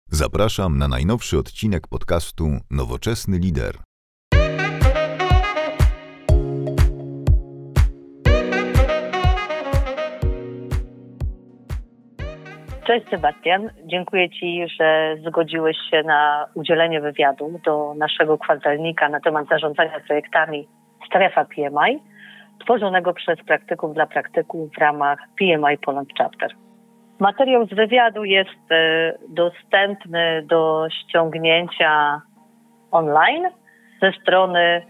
Zapraszam na najnowszy odcinek podcastu Nowoczesny Lider. Cześć Sebastian, dziękuję Ci, że zgodziłeś się na udzielenie wywiadu do naszego kwartalnika na temat zarządzania projektami Strefa PMI, tworzonego przez praktyków dla praktyków w ramach PMI Poland Chapter. Materiał z wywiadu jest dostępny do ściągnięcia online ze strony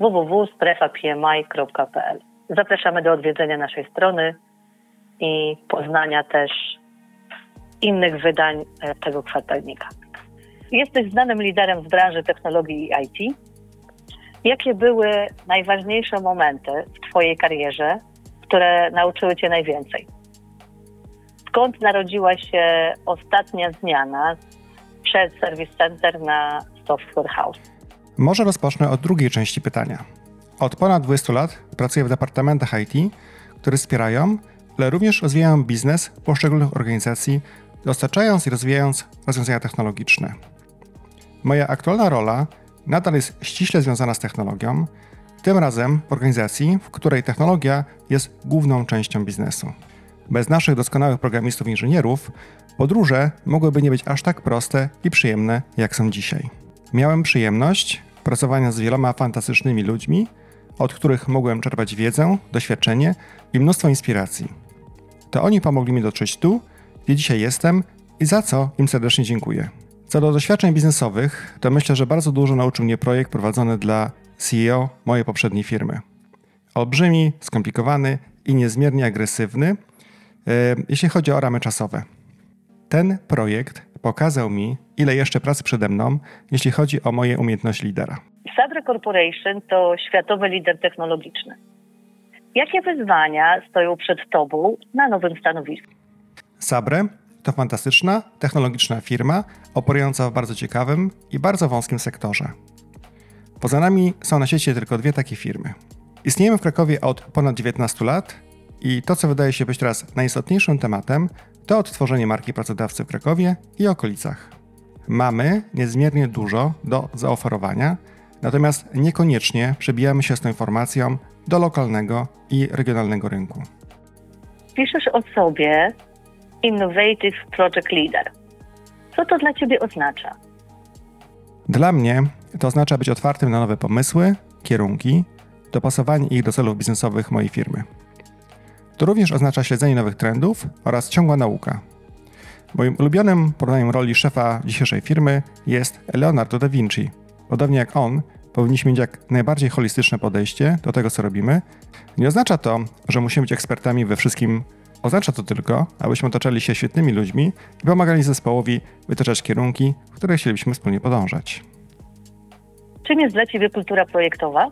www.strefapmi.pl. Zapraszamy do odwiedzenia naszej strony i poznania też innych wydań tego kwartalnika. Jesteś znanym liderem w branży technologii i IT. Jakie były najważniejsze momenty w Twojej karierze, które nauczyły Cię najwięcej? Skąd narodziła się ostatnia zmiana przed Service Center na Software House? Może rozpocznę od drugiej części pytania. Od ponad 20 lat pracuję w departamentach IT, które wspierają, ale również rozwijają biznes poszczególnych organizacji, dostarczając i rozwijając rozwiązania technologiczne. Moja aktualna rola nadal jest ściśle związana z technologią, tym razem w organizacji, w której technologia jest główną częścią biznesu. Bez naszych doskonałych programistów i inżynierów podróże mogłyby nie być aż tak proste i przyjemne, jak są dzisiaj. Miałem przyjemność pracowania z wieloma fantastycznymi ludźmi, od których mogłem czerpać wiedzę, doświadczenie i mnóstwo inspiracji. To oni pomogli mi dotrzeć tu, gdzie dzisiaj jestem i za co im serdecznie dziękuję. Co do doświadczeń biznesowych, to myślę, że bardzo dużo nauczył mnie projekt prowadzony dla CEO mojej poprzedniej firmy. Olbrzymi, skomplikowany i niezmiernie agresywny, jeśli chodzi o ramy czasowe. Ten projekt pokazał mi, ile jeszcze pracy przede mną, jeśli chodzi o moje umiejętności lidera. Sabre Corporation to światowy lider technologiczny. Jakie wyzwania stoją przed Tobą na nowym stanowisku? Sabre to fantastyczna, technologiczna firma operująca w bardzo ciekawym i bardzo wąskim sektorze. Poza nami są na świecie tylko dwie takie firmy. Istniejemy w Krakowie od ponad 19 lat i to, co wydaje się być teraz najistotniejszym tematem, to odtworzenie marki pracodawcy w Krakowie i okolicach. Mamy niezmiernie dużo do zaoferowania, natomiast niekoniecznie przebijamy się z tą informacją do lokalnego i regionalnego rynku. Piszesz o sobie Innovative Project Leader. Co to dla Ciebie oznacza? Dla mnie to oznacza być otwartym na nowe pomysły, kierunki, dopasowanie ich do celów biznesowych mojej firmy. To również oznacza śledzenie nowych trendów oraz ciągła nauka. Moim ulubionym porównaniem roli szefa dzisiejszej firmy jest Leonardo da Vinci. Podobnie jak on, powinniśmy mieć jak najbardziej holistyczne podejście do tego, co robimy. Nie oznacza to, że musimy być ekspertami we wszystkim. Oznacza to tylko, abyśmy otaczali się świetnymi ludźmi i pomagali zespołowi wytyczać kierunki, w które chcielibyśmy wspólnie podążać. Czym jest dla Ciebie kultura projektowa?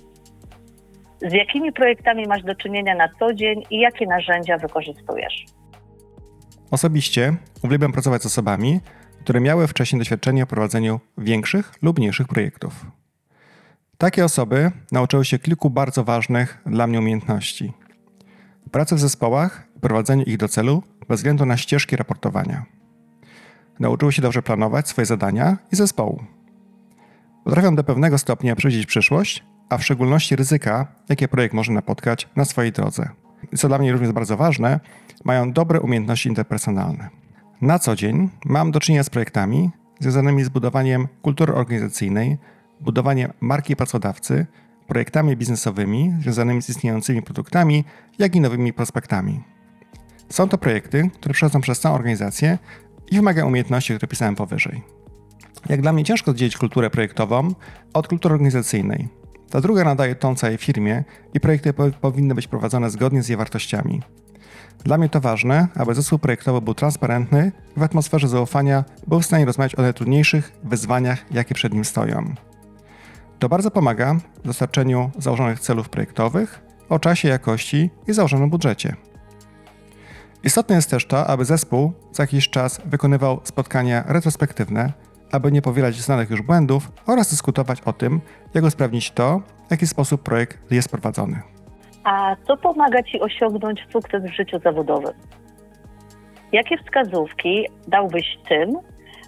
Z jakimi projektami masz do czynienia na co dzień i jakie narzędzia wykorzystujesz? Osobiście uwielbiam pracować z osobami, które miały wcześniej doświadczenie w prowadzeniu większych lub mniejszych projektów. Takie osoby nauczyły się kilku bardzo ważnych dla mnie umiejętności. Pracy w zespołach i prowadzeniu ich do celu bez względu na ścieżki raportowania. Nauczyły się dobrze planować swoje zadania i zespołu. Potrafią do pewnego stopnia przewidzieć przyszłość, a w szczególności ryzyka, jakie projekt może napotkać na swojej drodze. I co dla mnie również bardzo ważne, mają dobre umiejętności interpersonalne. Na co dzień mam do czynienia z projektami związanymi z budowaniem kultury organizacyjnej, budowaniem marki pracodawcy, projektami biznesowymi związanymi z istniejącymi produktami, jak i nowymi prospektami. Są to projekty, które przechodzą przez całą organizację i wymagają umiejętności, które pisałem powyżej. Jak dla mnie ciężko oddzielić kulturę projektową od kultury organizacyjnej. Ta druga nadaje ton całej firmie i projekty powinny być prowadzone zgodnie z jej wartościami. Dla mnie to ważne, aby zespół projektowy był transparentny i w atmosferze zaufania był w stanie rozmawiać o najtrudniejszych wyzwaniach, jakie przed nim stoją. To bardzo pomaga w dostarczeniu założonych celów projektowych, o czasie, jakości i założonym budżecie. Istotne jest też to, aby zespół co jakiś czas wykonywał spotkania retrospektywne, aby nie powielać znanych już błędów oraz dyskutować o tym, jak usprawnić to, w jaki sposób projekt jest prowadzony. A co pomaga Ci osiągnąć sukces w życiu zawodowym? Jakie wskazówki dałbyś tym,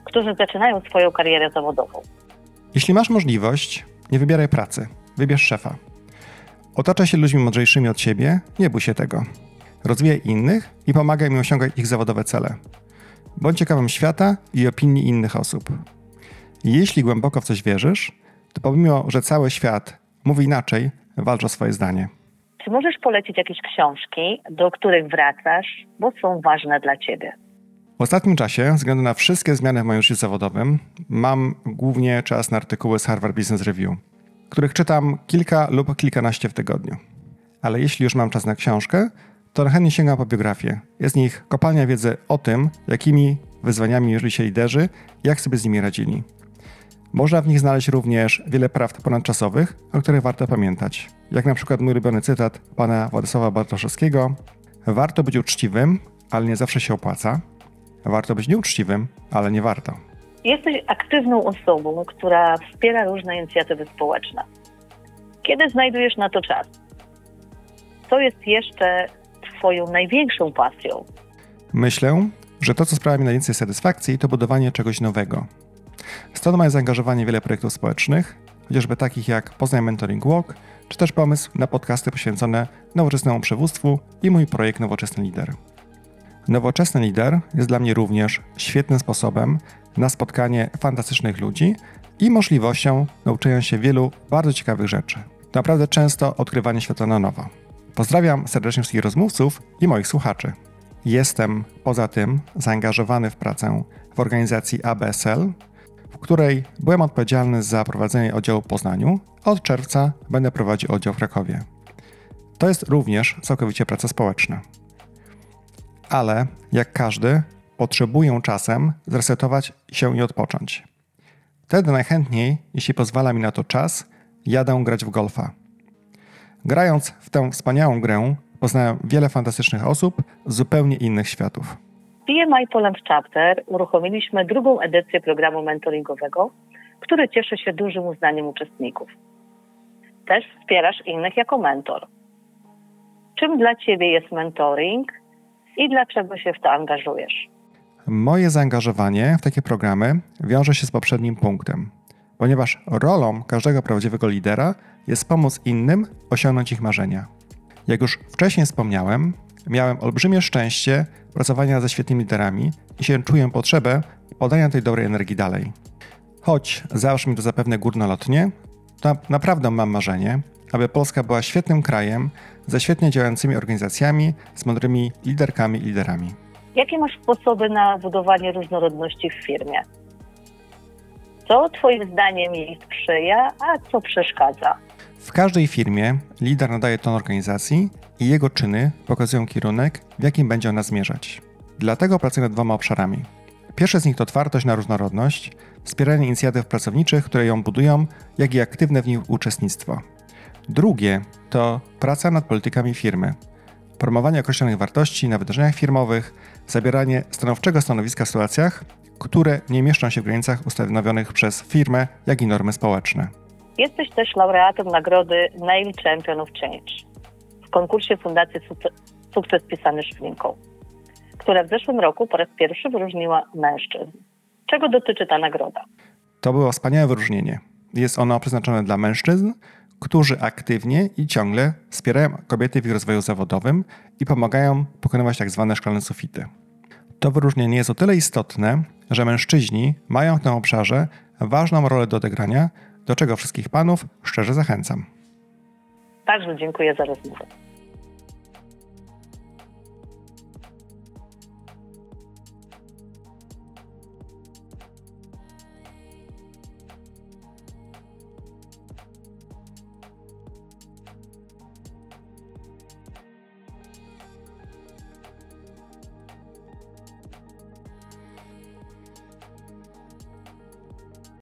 którzy zaczynają swoją karierę zawodową. Jeśli masz możliwość, nie wybieraj pracy, wybierz szefa. Otaczaj się ludźmi mądrzejszymi od siebie, nie bój się tego. Rozwijaj innych i pomagaj im osiągać ich zawodowe cele. Bądź ciekawym świata i opinii innych osób. Jeśli głęboko w coś wierzysz, to pomimo, że cały świat mówi inaczej, walcz o swoje zdanie. Czy możesz polecić jakieś książki, do których wracasz, bo są ważne dla Ciebie? W ostatnim czasie, ze względu na wszystkie zmiany w moim życiu zawodowym, mam głównie czas na artykuły z Harvard Business Review, których czytam kilka lub kilkanaście w tygodniu. Ale jeśli już mam czas na książkę, to chętnie sięgam po biografię. Jest w nich kopalnia wiedzy o tym, jakimi wyzwaniami mierzyli się liderzy i jak sobie z nimi radzili. Można w nich znaleźć również wiele prawd ponadczasowych, o których warto pamiętać. Jak na przykład mój ulubiony cytat pana Władysława Bartoszewskiego: warto być uczciwym, ale nie zawsze się opłaca. Warto być nieuczciwym, ale nie warto. Jesteś aktywną osobą, która wspiera różne inicjatywy społeczne. Kiedy znajdujesz na to czas? Co jest jeszcze Twoją największą pasją? Myślę, że to, co sprawia mi najwięcej satysfakcji, to budowanie czegoś nowego. Stąd moje zaangażowanie w wiele projektów społecznych, chociażby takich jak Poznań Mentoring Walk, czy też pomysł na podcasty poświęcone nowoczesnemu przywództwu i mój projekt Nowoczesny Lider. Nowoczesny Lider jest dla mnie również świetnym sposobem na spotkanie fantastycznych ludzi i możliwością nauczenia się wielu bardzo ciekawych rzeczy. Naprawdę często odkrywanie świata na nowo. Pozdrawiam serdecznie wszystkich rozmówców i moich słuchaczy. Jestem poza tym zaangażowany w pracę w organizacji ABSL, w której byłem odpowiedzialny za prowadzenie oddziału w Poznaniu, a od czerwca będę prowadził oddział w Krakowie. To jest również całkowicie praca społeczna. Ale jak każdy, potrzebuję czasem zresetować się i odpocząć. Wtedy najchętniej, jeśli pozwala mi na to czas, jadę grać w golfa. Grając w tę wspaniałą grę, poznałem wiele fantastycznych osób z zupełnie innych światów. W PMI Poland Chapter uruchomiliśmy drugą edycję programu mentoringowego, który cieszy się dużym uznaniem uczestników. Też wspierasz innych jako mentor. Czym dla Ciebie jest mentoring i dlaczego się w to angażujesz? Moje zaangażowanie w takie programy wiąże się z poprzednim punktem, ponieważ rolą każdego prawdziwego lidera jest pomóc innym osiągnąć ich marzenia. Jak już wcześniej wspomniałem, miałem olbrzymie szczęście pracowania ze świetnymi liderami i się czuję potrzebę podania tej dobrej energii dalej. Choć zabrzmi to zapewne górnolotnie, to naprawdę mam marzenie, aby Polska była świetnym krajem ze świetnie działającymi organizacjami, z mądrymi liderkami i liderami. Jakie masz sposoby na budowanie różnorodności w firmie? Co Twoim zdaniem jej sprzyja, a co przeszkadza? W każdej firmie lider nadaje ton organizacji i jego czyny pokazują kierunek, w jakim będzie ona zmierzać. Dlatego pracuję nad dwoma obszarami. Pierwszy z nich to otwartość na różnorodność, wspieranie inicjatyw pracowniczych, które ją budują, jak i aktywne w nich uczestnictwo. Drugie to praca nad politykami firmy, promowanie określonych wartości na wydarzeniach firmowych, zabieranie stanowczego stanowiska w sytuacjach, które nie mieszczą się w granicach ustanowionych przez firmę, jak i normy społeczne. Jesteś też laureatem nagrody Male Champion of Change w konkursie Fundacji Sukces Pisany Szplinką, która w zeszłym roku po raz pierwszy wyróżniła mężczyzn. Czego dotyczy ta nagroda? To było wspaniałe wyróżnienie. Jest ono przeznaczone dla mężczyzn, którzy aktywnie i ciągle wspierają kobiety w ich rozwoju zawodowym i pomagają pokonywać tzw. szklane sufity. To wyróżnienie jest o tyle istotne, że mężczyźni mają w tym obszarze ważną rolę do odegrania, do czego wszystkich panów szczerze zachęcam. Bardzo dziękuję za rozmowę.